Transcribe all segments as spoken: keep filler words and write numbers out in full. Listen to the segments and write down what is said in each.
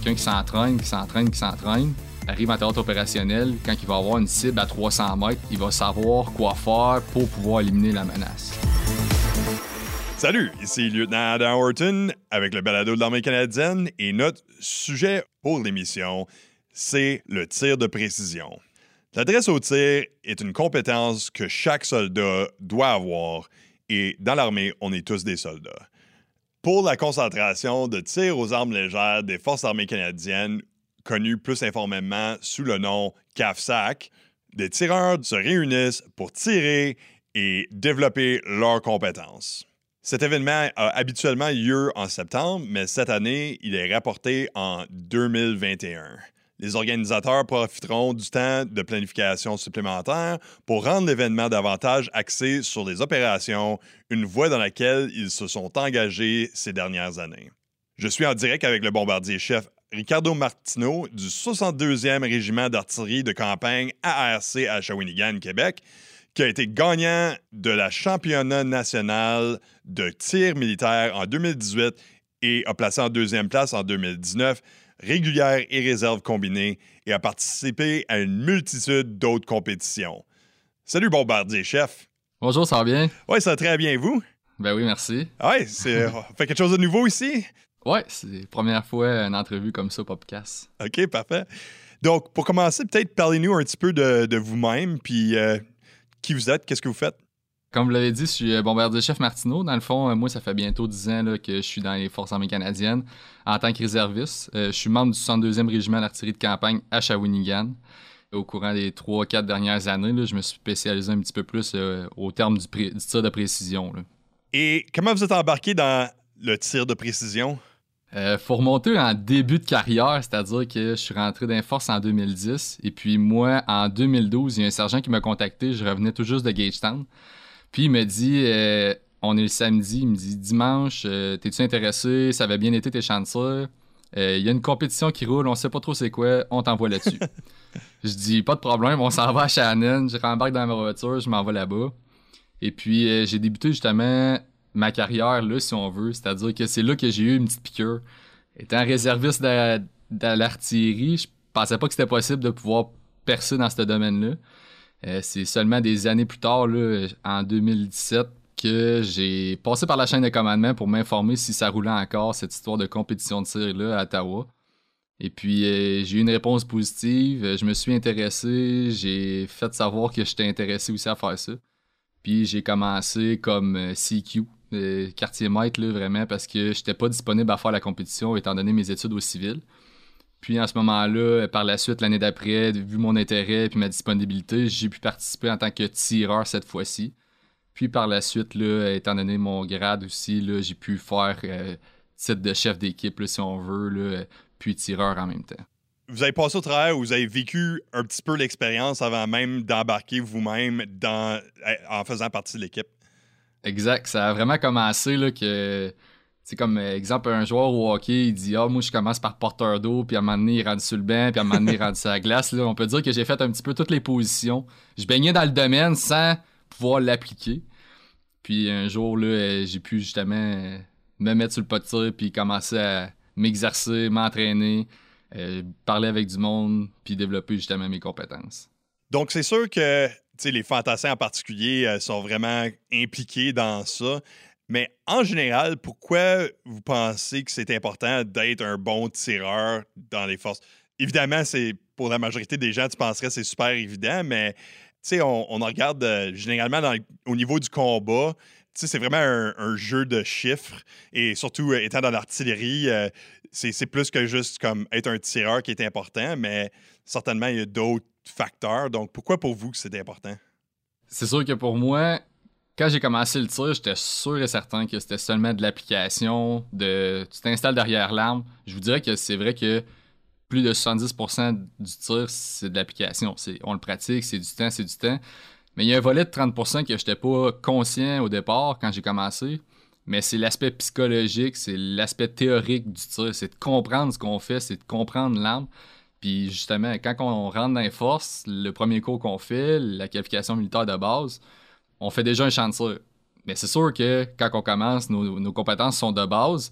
quelqu'un qui s'entraîne, qui s'entraîne, qui s'entraîne, arrive en théâtre opérationnel, quand il va avoir une cible à trois cents mètres, il va savoir quoi faire pour pouvoir éliminer la menace. Salut, ici Lieutenant Adam Horton avec le balado de l'Armée canadienne et notre sujet pour l'émission, c'est le tir de précision. L'adresse au tir est une compétence que chaque soldat doit avoir et dans l'armée, on est tous des soldats. Pour la concentration de tir aux armes légères des Forces armées canadiennes, connue plus informellement sous le nom C A F S A C, des tireurs se réunissent pour tirer et développer leurs compétences. Cet événement a habituellement lieu en septembre, mais cette année, il est rapporté en deux mille vingt et un. Les organisateurs profiteront du temps de planification supplémentaire pour rendre l'événement davantage axé sur les opérations, une voie dans laquelle ils se sont engagés ces dernières années. Je suis en direct avec le bombardier-chef Ricardo Martineau du soixante-deuxième régiment d'artillerie de campagne A R C à Shawinigan, Québec, qui a été gagnant de la championnat national de tir militaire en deux mille dix-huit et a placé en deuxième place en deux mille dix-neuf, régulière et réserve combinées, et a participé à une multitude d'autres compétitions. Salut bombardier-chef! Bonjour, ça va bien? Oui, ça va très bien, vous? Ben oui, merci. Oui, c'est... on fait quelque chose de nouveau ici? Ouais, c'est la première fois une entrevue comme ça, podcast. OK, parfait. Donc, pour commencer, peut-être parlez-nous un petit peu de, de vous-même, puis euh, qui vous êtes, qu'est-ce que vous faites? Comme vous l'avez dit, je suis bombardier-chef Martineau. Dans le fond, moi, ça fait bientôt dix ans là, que je suis dans les Forces armées canadiennes en tant que réserviste. Euh, je suis membre du soixante-deuxième régiment d'artillerie de campagne à Shawinigan. Au courant des trois quatre dernières années, là, je me suis spécialisé un petit peu plus euh, au terme du, pré- du tir de précision. Là. Et comment vous êtes embarqué dans le tir de précision? Euh, faut remonter en début de carrière, c'est-à-dire que je suis rentré dans les forces en deux mille dix. Et puis moi, en deux mille douze, il y a un sergent qui m'a contacté. Je revenais tout juste de Gagetown. Puis il me dit, euh, on est le samedi, il me dit, dimanche, euh, t'es-tu intéressé? Ça avait bien été tes champs de tir. Il euh, y a une compétition qui roule, on sait pas trop c'est quoi, on t'envoie là-dessus. Je dis, pas de problème, on s'en va à Shannon, je rembarque dans ma voiture, je m'en vais là-bas. Et puis euh, j'ai débuté justement ma carrière là, si on veut, c'est-à-dire que c'est là que j'ai eu une petite piqûre. Étant réserviste de, de l'artillerie, je pensais pas que c'était possible de pouvoir percer dans ce domaine-là. Euh, c'est seulement des années plus tard, là, en deux mille dix-sept, que j'ai passé par la chaîne de commandement pour m'informer si ça roulait encore, cette histoire de compétition de tir-là à Ottawa. Et puis, euh, j'ai eu une réponse positive. Je me suis intéressé. J'ai fait savoir que j'étais intéressé aussi à faire ça. Puis, j'ai commencé comme euh, C Q, euh, quartier maître, là, vraiment, parce que j'étais pas disponible à faire la compétition étant donné mes études au civil. Puis en ce moment-là, par la suite, l'année d'après, vu mon intérêt et ma disponibilité, j'ai pu participer en tant que tireur cette fois-ci. Puis par la suite, là, étant donné mon grade aussi, là, j'ai pu faire euh, titre de chef d'équipe, là, si on veut, là, puis tireur en même temps. Vous avez passé au travers, vous avez vécu un petit peu l'expérience avant même d'embarquer vous-même dans, en faisant partie de l'équipe. Exact. Ça a vraiment commencé là, que... C'est comme, exemple, un joueur au hockey, il dit « Ah, moi, je commence par porteur d'eau, puis à un moment donné, il rentre sur le banc, puis à un moment donné, il rentre sur la glace. » Là, on peut dire que j'ai fait un petit peu toutes les positions. Je baignais dans le domaine sans pouvoir l'appliquer. Puis un jour, là, j'ai pu justement me mettre sur le pas de tir, puis commencer à m'exercer, m'entraîner, euh, parler avec du monde, puis développer justement mes compétences. Donc, c'est sûr que les fantassins en particulier euh, sont vraiment impliqués dans ça. Mais en général, pourquoi vous pensez que c'est important d'être un bon tireur dans les forces? Évidemment, c'est pour la majorité des gens, tu penserais que c'est super évident, mais on, on en regarde euh, généralement dans le, au niveau du combat. C'est vraiment un, un jeu de chiffres. Et surtout, euh, étant dans l'artillerie, euh, c'est, c'est plus que juste comme être un tireur qui est important, mais certainement, il y a d'autres facteurs. Donc, pourquoi pour vous que c'est important? C'est sûr que pour moi... Quand j'ai commencé le tir, j'étais sûr et certain que c'était seulement de l'application, de tu t'installes derrière l'arme. Je vous dirais que c'est vrai que plus de soixante-dix pour cent du tir, c'est de l'application. C'est, on le pratique, c'est du temps, c'est du temps. Mais il y a un volet de trente pour cent que je n'étais pas conscient au départ quand j'ai commencé. Mais c'est l'aspect psychologique, c'est l'aspect théorique du tir. C'est de comprendre ce qu'on fait, c'est de comprendre l'arme. Puis justement, quand on rentre dans les forces, le premier cours qu'on fait, la qualification militaire de base, on fait déjà un champ de tir. Mais c'est sûr que quand on commence, nos, nos compétences sont de base,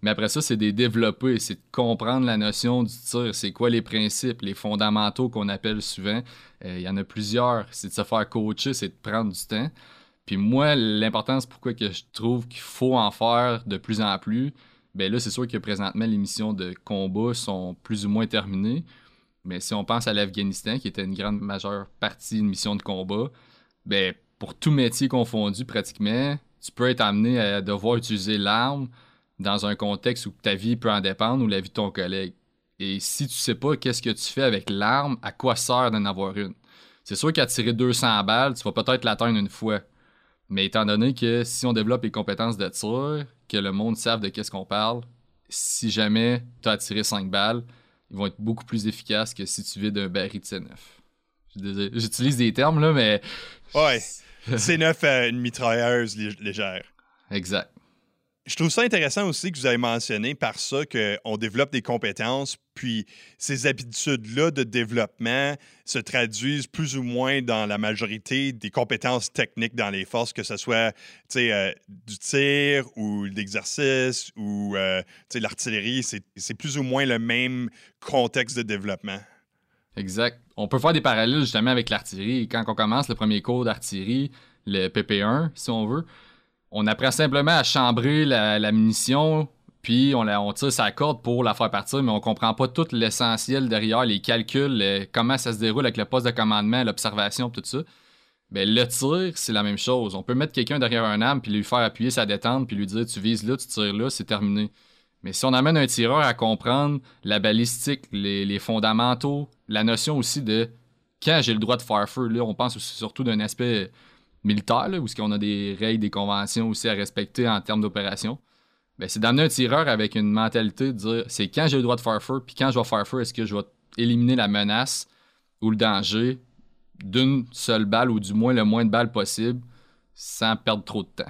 Mais après ça, c'est des développer, c'est de comprendre la notion du tir, c'est quoi les principes, les fondamentaux qu'on appelle souvent. Euh, il y en a plusieurs, c'est de se faire coacher, c'est de prendre du temps. Puis moi, l'importance pourquoi que je trouve qu'il faut en faire de plus en plus, ben là, c'est sûr que présentement, les missions de combat sont plus ou moins terminées. Mais si on pense à l'Afghanistan, qui était une grande majeure partie d'une mission de combat, ben pour tout métier confondu pratiquement, tu peux être amené à devoir utiliser l'arme dans un contexte où ta vie peut en dépendre ou la vie de ton collègue. Et si tu sais pas qu'est-ce que tu fais avec l'arme, à quoi sert d'en avoir une? C'est sûr qu'à tirer deux cents balles, tu vas peut-être l'atteindre une fois. Mais étant donné que si on développe les compétences de tir, que le monde sache de qu'est-ce qu'on parle, si jamais tu as tiré cinq balles, ils vont être beaucoup plus efficaces que si tu vides un baril de C neuf. J'utilise des termes, là, mais... Ouais, C neuf, euh, une mitrailleuse lég- légère. Exact. Je trouve ça intéressant aussi que vous avez mentionné par ça qu'on développe des compétences, puis ces habitudes-là de développement se traduisent plus ou moins dans la majorité des compétences techniques dans les forces, que ce soit euh, du tir ou l'exercice ou euh, l'artillerie. C'est, c'est plus ou moins le même contexte de développement. Exact. On peut faire des parallèles justement avec l'artillerie. Quand on commence le premier cours d'artillerie, le P P un, si on veut, on apprend simplement à chambrer la, la munition, puis on, la, on tire sa corde pour la faire partir, mais on comprend pas tout l'essentiel derrière, les calculs, le, comment ça se déroule avec le poste de commandement, l'observation, tout ça. Ben, le tir, c'est la même chose. On peut mettre quelqu'un derrière un arme, puis lui faire appuyer sa détente, puis lui dire « tu vises là, tu tires là, c'est terminé ». Mais si on amène un tireur à comprendre la balistique, les, les fondamentaux, la notion aussi de quand j'ai le droit de faire feu, là, on pense aussi surtout d'un aspect militaire, là, où on a des règles, des conventions aussi à respecter en termes d'opération, ben, c'est d'amener un tireur avec une mentalité de dire c'est quand j'ai le droit de faire feu, puis quand je vais faire feu, est-ce que je vais éliminer la menace ou le danger d'une seule balle ou du moins le moins de balles possible sans perdre trop de temps.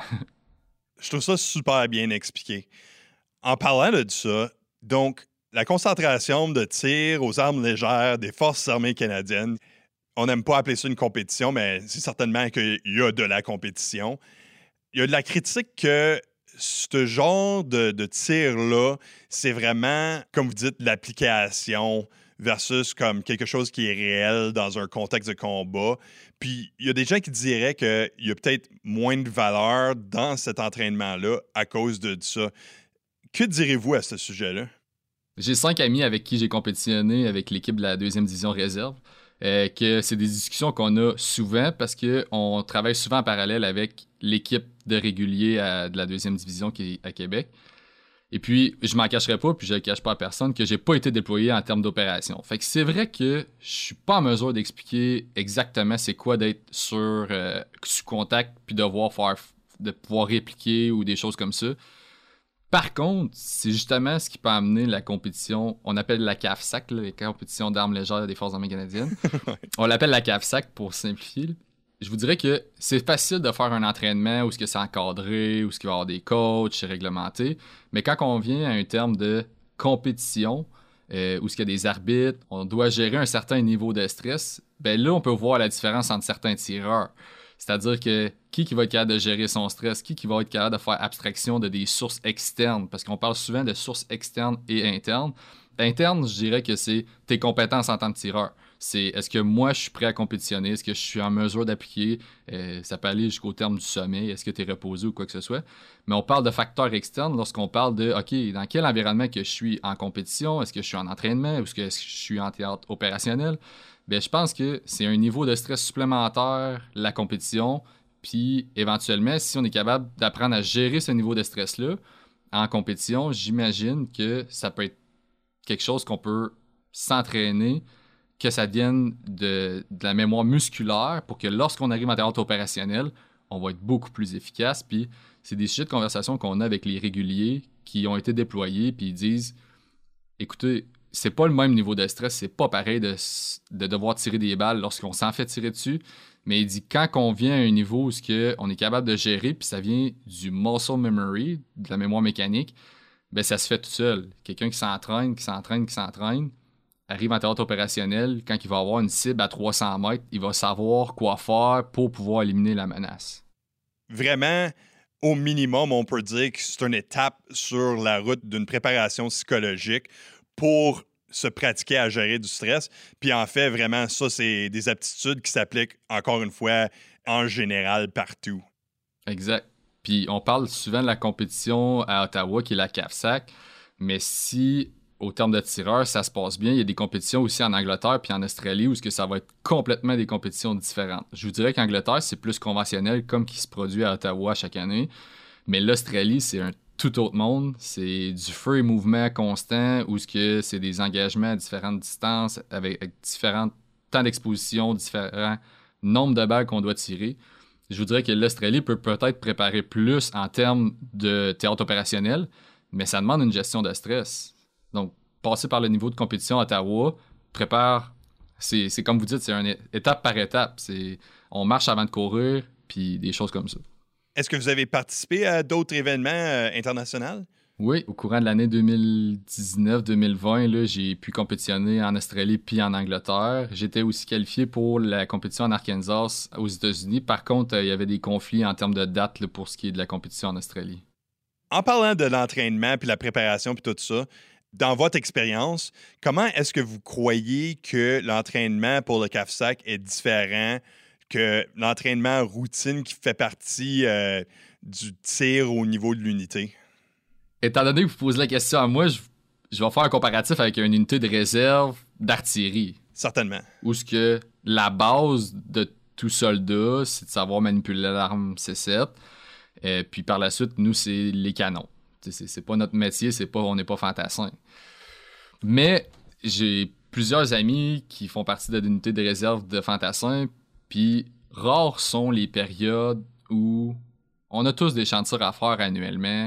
Je trouve ça super bien expliqué. En parlant de ça, donc, la concentration de tir aux armes légères des Forces armées canadiennes, on n'aime pas appeler ça une compétition, mais c'est certainement qu'il y a de la compétition. Il y a de la critique que ce genre de, de tir-là, c'est vraiment, comme vous dites, l'application versus comme quelque chose qui est réel dans un contexte de combat. Puis il y a des gens qui diraient qu'il y a peut-être moins de valeur dans cet entraînement-là à cause de ça. Que direz-vous à ce sujet-là? J'ai cinq amis avec qui j'ai compétitionné avec l'équipe de la deuxième division réserve. Euh, que c'est des discussions qu'on a souvent parce qu'on travaille souvent en parallèle avec l'équipe de réguliers à, de la deuxième division qui est à Québec. Et puis, je m'en cacherai pas, puis je le cache pas à personne, que j'ai pas été déployé en termes d'opération. Fait que c'est vrai que je suis pas en mesure d'expliquer exactement c'est quoi d'être sur euh, sous contact puis devoir faire, de pouvoir répliquer ou des choses comme ça. Par contre, c'est justement ce qui peut amener la compétition, on appelle la C A F S A C, là, la compétition d'armes légères des Forces armées canadiennes. On l'appelle la C A F S A C pour simplifier. Là. Je vous dirais que c'est facile de faire un entraînement où ce que c'est encadré, où ce qu'il va y avoir des coachs, c'est réglementé. Mais quand on vient à un terme de compétition, euh, où ce qu'il y a des arbitres, on doit gérer un certain niveau de stress, ben là, on peut voir la différence entre certains tireurs. C'est-à-dire que qui, qui va être capable de gérer son stress, qui, qui va être capable de faire abstraction de des sources externes, parce qu'on parle souvent de sources externes et internes. Interne, je dirais que c'est tes compétences en tant que tireur. C'est est-ce que moi, je suis prêt à compétitionner, est-ce que je suis en mesure d'appliquer, euh, ça peut aller jusqu'au terme du sommet, est-ce que tu es reposé ou quoi que ce soit. Mais on parle de facteurs externes lorsqu'on parle de, OK, dans quel environnement que je suis en compétition, est-ce que je suis en entraînement, est-ce que, est-ce que je suis en théâtre opérationnel? Bien, je pense que c'est un niveau de stress supplémentaire, la compétition, puis éventuellement, si on est capable d'apprendre à gérer ce niveau de stress-là en compétition, j'imagine que ça peut être quelque chose qu'on peut s'entraîner, que ça devienne de, de la mémoire musculaire pour que lorsqu'on arrive en théâtre opérationnel, on va être beaucoup plus efficace. Puis c'est des sujets de conversation qu'on a avec les réguliers qui ont été déployés, puis ils disent « Écoutez, c'est pas le même niveau de stress, c'est pas pareil de, de devoir tirer des balles lorsqu'on s'en fait tirer dessus. » Mais il dit quand on vient à un niveau où on est capable de gérer, puis ça vient du muscle memory, de la mémoire mécanique, ben ça se fait tout seul. Quelqu'un qui s'entraîne, qui s'entraîne, qui s'entraîne, arrive en théâtre opérationnel, quand il va avoir une cible à trois cents mètres, il va savoir quoi faire pour pouvoir éliminer la menace. Vraiment, au minimum, on peut dire que c'est une étape sur la route d'une préparation psychologique pour se pratiquer à gérer du stress. Puis en fait, vraiment, ça, c'est des aptitudes qui s'appliquent, encore une fois, en général, partout. Exact. Puis on parle souvent de la compétition à Ottawa, qui est la C A F S A C, mais si, au terme de tireur, ça se passe bien, il y a des compétitions aussi en Angleterre puis en Australie où ce que ça va être complètement des compétitions différentes. Je vous dirais qu'Angleterre, c'est plus conventionnel comme qui se produit à Ottawa chaque année, mais l'Australie, c'est un tout autre monde. C'est du feu et mouvement constant où ce que c'est des engagements à différentes distances avec, avec différents temps d'exposition, différents nombres de balles qu'on doit tirer. Je vous dirais que l'Australie peut peut-être préparer plus en termes de théâtre opérationnel, mais ça demande une gestion de stress. Donc, passer par le niveau de compétition à Ottawa, prépare, c'est, c'est comme vous dites, c'est une étape par étape. C'est, on marche avant de courir, puis des choses comme ça. Est-ce que vous avez participé à d'autres événements euh, internationaux? Oui, au courant de l'année deux mille dix-neuf deux mille vingt, là, j'ai pu compétitionner en Australie puis en Angleterre. J'étais aussi qualifié pour la compétition en Arkansas aux États-Unis. Par contre, euh, il y avait des conflits en termes de date là, pour ce qui est de la compétition en Australie. En parlant de l'entraînement puis la préparation puis tout ça, dans votre expérience, comment est-ce que vous croyez que l'entraînement pour le C A F S A C est différent que l'entraînement routine qui fait partie euh, du tir au niveau de l'unité? Étant donné que vous posez la question à moi, je, je vais faire un comparatif avec une unité de réserve d'artillerie. Certainement. Où ce que la base de tout soldat, c'est de savoir manipuler l'arme C sept. Et puis par la suite, nous, c'est les canons. C'est, c'est pas notre métier, c'est pas, on n'est pas fantassins. Mais j'ai plusieurs amis qui font partie de l'unité de réserve de fantassins, puis rares sont les périodes où on a tous des champs de tir à faire annuellement,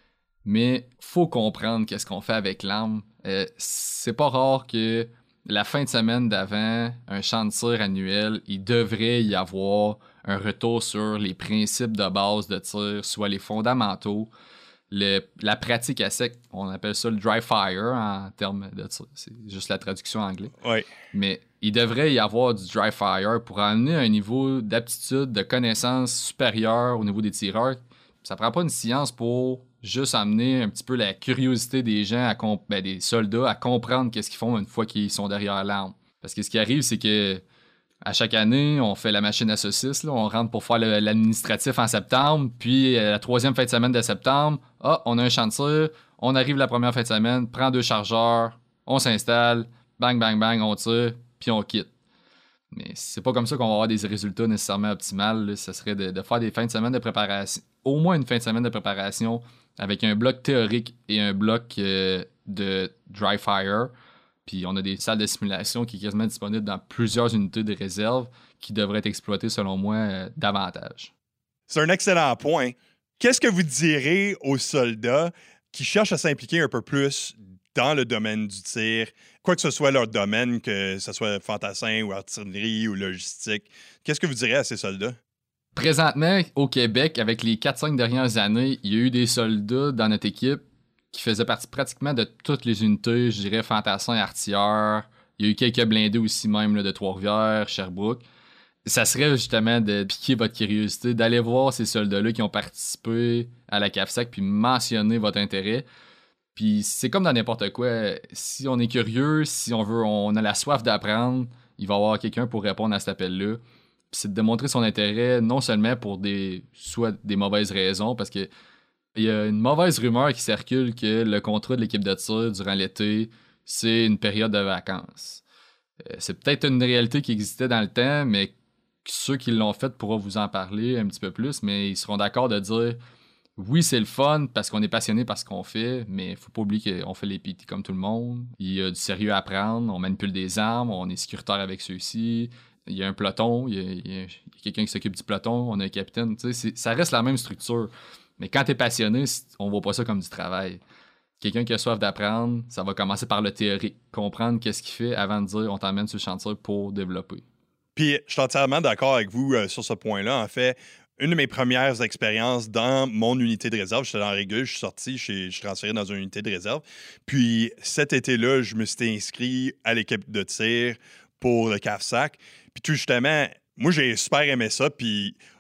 mais faut comprendre qu'est-ce qu'on fait avec l'arme. Euh, c'est pas rare que la fin de semaine d'avant, un champ de tir annuel, il devrait y avoir un retour sur les principes de base de tir, soit les fondamentaux, le, la pratique à sec, on appelle ça le dry fire en termes de tir. C'est juste la traduction en anglais. Oui. Mais il devrait y avoir du dry fire pour amener un niveau d'aptitude, de connaissance supérieur au niveau des tireurs. Ça prend pas une science pour juste amener un petit peu la curiosité des gens, à comp- ben, des soldats, à comprendre qu'est-ce qu'ils font une fois qu'ils sont derrière l'arme. Parce que ce qui arrive, c'est que à chaque année, on fait la machine à saucisses, là, on rentre pour faire le, l'administratif en septembre, puis euh, la troisième fin de semaine de septembre, ah, on a un champ de tir, on arrive la première fin de semaine, prend deux chargeurs, on s'installe, bang, bang, bang, on tire, puis on quitte. Mais c'est pas comme ça qu'on va avoir des résultats nécessairement optimales. Ce serait de, de faire des fins de semaine de préparation, au moins une fin de semaine de préparation avec un bloc théorique et un bloc euh, de dry fire. Puis on a des salles de simulation qui sont quasiment disponibles dans plusieurs unités de réserve qui devraient être exploitées, selon moi, euh, davantage. C'est un excellent point. Qu'est-ce que vous direz aux soldats qui cherchent à s'impliquer un peu plus dans le domaine du tir, quoi que ce soit leur domaine, que ce soit fantassin ou artillerie ou logistique? Qu'est-ce que vous direz à ces soldats? Présentement, au Québec, avec les quatre cinq dernières années, il y a eu des soldats dans notre équipe qui faisaient partie pratiquement de toutes les unités, je dirais fantassins, artilleurs. Il y a eu quelques blindés aussi même là, de Trois-Rivières, Sherbrooke. Ça serait justement de piquer votre curiosité, d'aller voir ces soldats-là qui ont participé à la C A F S A C puis mentionner votre intérêt. Puis c'est comme dans n'importe quoi. Si on est curieux, si on veut, on a la soif d'apprendre, il va y avoir quelqu'un pour répondre à cet appel-là. Puis c'est de démontrer son intérêt, non seulement pour des soit des mauvaises raisons, parce que il y a une mauvaise rumeur qui circule que le contrat de l'équipe de tir durant l'été, c'est une période de vacances. Euh, c'est peut-être une réalité qui existait dans le temps, mais ceux qui l'ont fait pourront vous en parler un petit peu plus, mais ils seront d'accord de dire oui, c'est le fun parce qu'on est passionné par ce qu'on fait, mais il faut pas oublier qu'on fait les P T comme tout le monde. Il y a du sérieux à prendre, on manipule des armes, on est sécuritaire avec ceux-ci. Il y a un peloton, il y a, il y a quelqu'un qui s'occupe du peloton, on a un capitaine. Tu sais, ça reste la même structure. Mais quand t'es passionné, on voit pas ça comme du travail. Quelqu'un qui a soif d'apprendre, ça va commencer par le théorique. Comprendre qu'est-ce qu'il fait avant de dire on t'emmène sur le chantier pour développer. Puis, je suis entièrement d'accord avec vous euh, sur ce point-là. En fait, une de mes premières expériences dans mon unité de réserve, j'étais dans la régule, je suis sorti, je suis, je suis transféré dans une unité de réserve. Puis, cet été-là, je me suis inscrit à l'équipe de tir pour le C A F S A C. Puis, tout justement, moi, j'ai super aimé ça. Puis,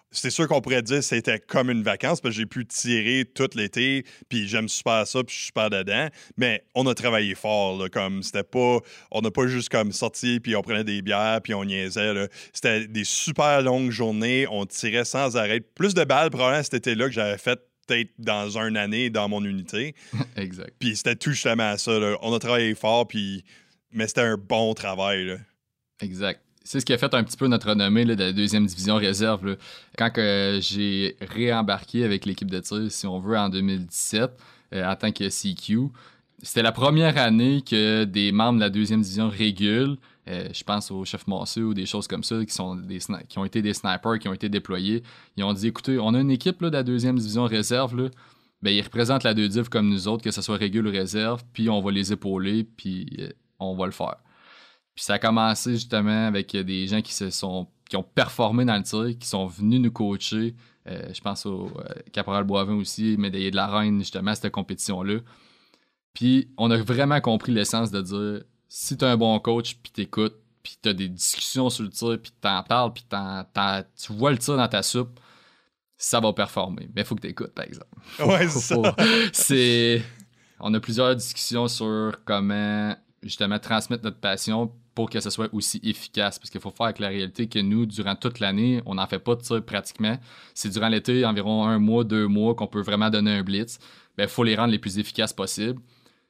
c'est sûr qu'on pourrait dire que c'était comme une vacance parce que j'ai pu tirer tout l'été, puis j'aime super ça, puis je suis super dedans. Mais on a travaillé fort, là, comme c'était pas... On n'a pas juste comme sorti, puis on prenait des bières, puis on niaisait, là. C'était des super longues journées, on tirait sans arrêt. Plus de balles, probablement, cet été-là que j'avais fait peut-être dans une année dans mon unité. Exact. Puis c'était tout justement ça, là. On a travaillé fort, puis... Mais c'était un bon travail, là. Exact. C'est ce qui a fait un petit peu notre renommée là, de la deuxième division réserve. Là. Quand que j'ai réembarqué avec l'équipe de tir, si on veut, en deux mille dix-sept, euh, en tant que C Q, c'était la première année que des membres de la deuxième division régule, euh, je pense au chef Masseux ou des choses comme ça, qui, sont des sni- qui ont été des snipers, qui ont été déployés, ils ont dit, écoutez, on a une équipe là, de la deuxième division réserve, là, ben, ils représentent la deux div comme nous autres, que ce soit régule ou réserve, puis on va les épauler, puis euh, on va le faire. Puis ça a commencé justement avec des gens qui se sont qui ont performé dans le tir, qui sont venus nous coacher. Euh, je pense au euh, Caporal Boivin aussi, médaillé de la Reine, justement, à cette compétition-là. Puis on a vraiment compris l'essence de dire, si t'as un bon coach, puis t'écoutes, puis t'as des discussions sur le tir, puis t'en parles, puis t'en, t'en, tu vois le tir dans ta soupe, ça va performer. Mais il faut que t'écoutes, par exemple. Faut, Ouais, faut, c'est faut, ça. c'est... On a plusieurs discussions sur comment, justement, transmettre notre passion pour que ce soit aussi efficace. Parce qu'il faut faire avec la réalité que nous, durant toute l'année, on n'en fait pas de tir pratiquement. C'est durant l'été, environ un mois, deux mois, qu'on peut vraiment donner un blitz. Ben, il faut les rendre les plus efficaces possibles.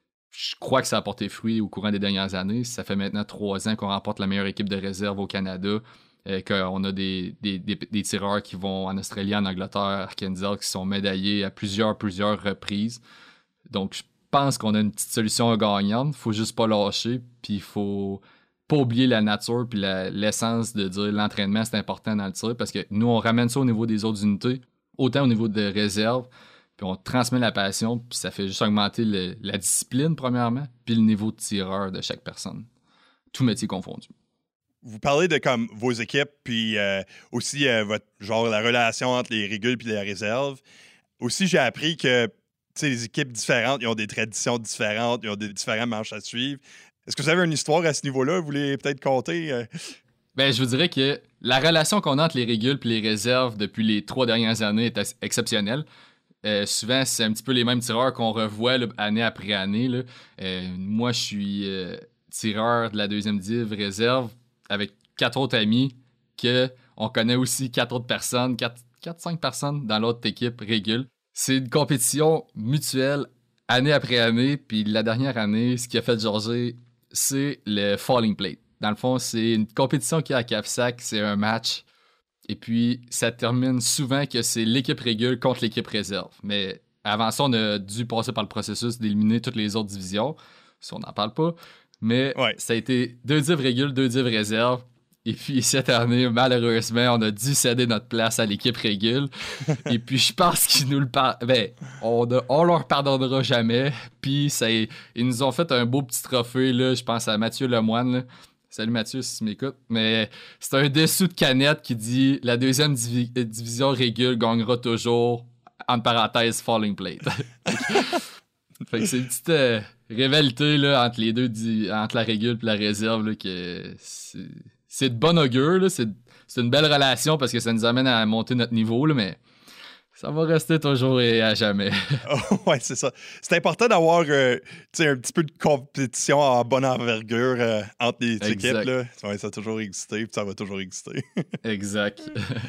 Je crois que ça a porté fruit au courant des dernières années. Ça fait maintenant trois ans qu'on remporte la meilleure équipe de réserve au Canada. Euh, qu'on a des, des, des, des tireurs qui vont en Australie, en Angleterre, Arkansas, qui sont médaillés à plusieurs, plusieurs reprises. Donc, je pense qu'on a une petite solution gagnante. Il faut juste pas lâcher, puis il faut pas oublier la nature puis la, l'essence de dire l'entraînement, c'est important dans le tir, parce que nous, on ramène ça au niveau des autres unités, autant au niveau de réserve, puis on transmet la passion, puis ça fait juste augmenter le, la discipline, premièrement, puis le niveau de tireur de chaque personne. Tout métier confondu. Vous parlez de comme vos équipes, puis euh, aussi euh, votre genre la relation entre les régules puis les réserves. Aussi, j'ai appris que les équipes différentes, ils ont des traditions différentes, ils ont des différents marches à suivre. Est-ce que vous avez une histoire à ce niveau-là? Vous voulez peut-être compter? Euh? Ben, je vous dirais que la relation qu'on a entre les régules et les réserves depuis les trois dernières années est ex- exceptionnelle. Euh, souvent, c'est un petit peu les mêmes tireurs qu'on revoit là, année après année. Là. Euh, moi, je suis euh, tireur de la deuxième div réserve avec quatre autres amis que on connaît aussi quatre autres personnes, quatre cinq personnes dans l'autre équipe régule. C'est une compétition mutuelle année après année, puis la dernière année, ce qui a fait jaser, c'est le Falling Plate. Dans le fond, c'est une compétition qui est à Cap-Sac, c'est un match, et puis ça termine souvent que c'est l'équipe régule contre l'équipe réserve. Mais avant ça, on a dû passer par le processus d'éliminer toutes les autres divisions, si on n'en parle pas, mais ouais. Ça a été deux divs régules, deux divs réserve. Et puis, cette année, malheureusement, on a dû céder notre place à l'équipe régule. Et puis, je pense qu'ils nous le par... ben, on, a... on leur pardonnera jamais. Puis, ça... ils nous ont fait un beau petit trophée, là. Je pense à Mathieu Lemoine, là. Salut Mathieu, si tu m'écoutes. Mais c'est un dessous de canette qui dit « La deuxième divi... division régule gagnera toujours, entre parenthèses, Falling Plate. » Fait que c'est une petite euh, rivalité, là, entre les deux, di... entre la régule et la réserve, là, que c'est... C'est de bon augure, là. C'est, c'est une belle relation parce que ça nous amène à monter notre niveau, là, mais ça va rester toujours et à jamais. Oh, ouais, c'est ça. C'est important d'avoir euh, un petit peu de compétition en bonne envergure euh, entre les Exact. équipes. Là. Ouais, ça a toujours existé et ça va toujours exister. Exact.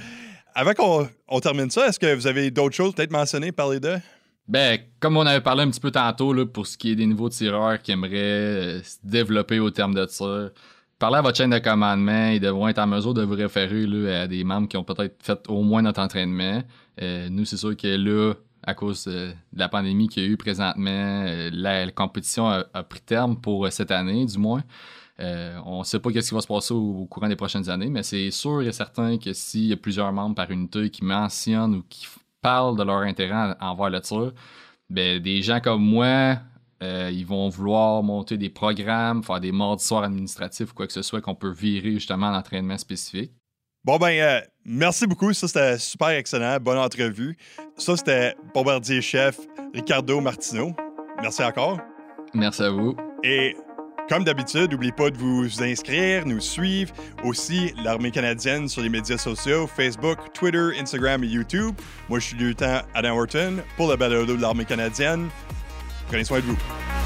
Avant qu'on on termine ça, est-ce que vous avez d'autres choses peut-être mentionnées, parler d'eux? Ben, comme on avait parlé un petit peu tantôt, là, pour ce qui est des nouveaux tireurs qui aimeraient euh, se développer au terme de tir, parlez à votre chaîne de commandement, ils devront être en mesure de vous référer là, à des membres qui ont peut-être fait au moins notre entraînement. Euh, nous, c'est sûr que là, à cause euh, de la pandémie qu'il y a eu présentement, euh, la, la compétition a, a pris terme pour euh, cette année, du moins. Euh, on ne sait pas ce qui va se passer au, au courant des prochaines années, mais c'est sûr et certain que s'il y a plusieurs membres par unité qui mentionnent ou qui f- parlent de leur intérêt envers le tir, ben, des gens comme moi... Euh, ils vont vouloir monter des programmes, faire des mardis soirs administratifs ou quoi que ce soit qu'on peut virer justement en entraînement spécifique. Bon, ben, euh, merci beaucoup. Ça, c'était super excellent. Bonne entrevue. Ça, c'était bombardier-chef Ricardo Martineau. Merci encore. Merci à vous. Et Comme d'habitude, n'oubliez pas de vous inscrire, nous suivre. Aussi, l'Armée canadienne sur les médias sociaux, Facebook, Twitter, Instagram et YouTube. Moi, je suis le lieutenant Adam Horton pour le balado de l'Armée canadienne. Prenez soin de vous.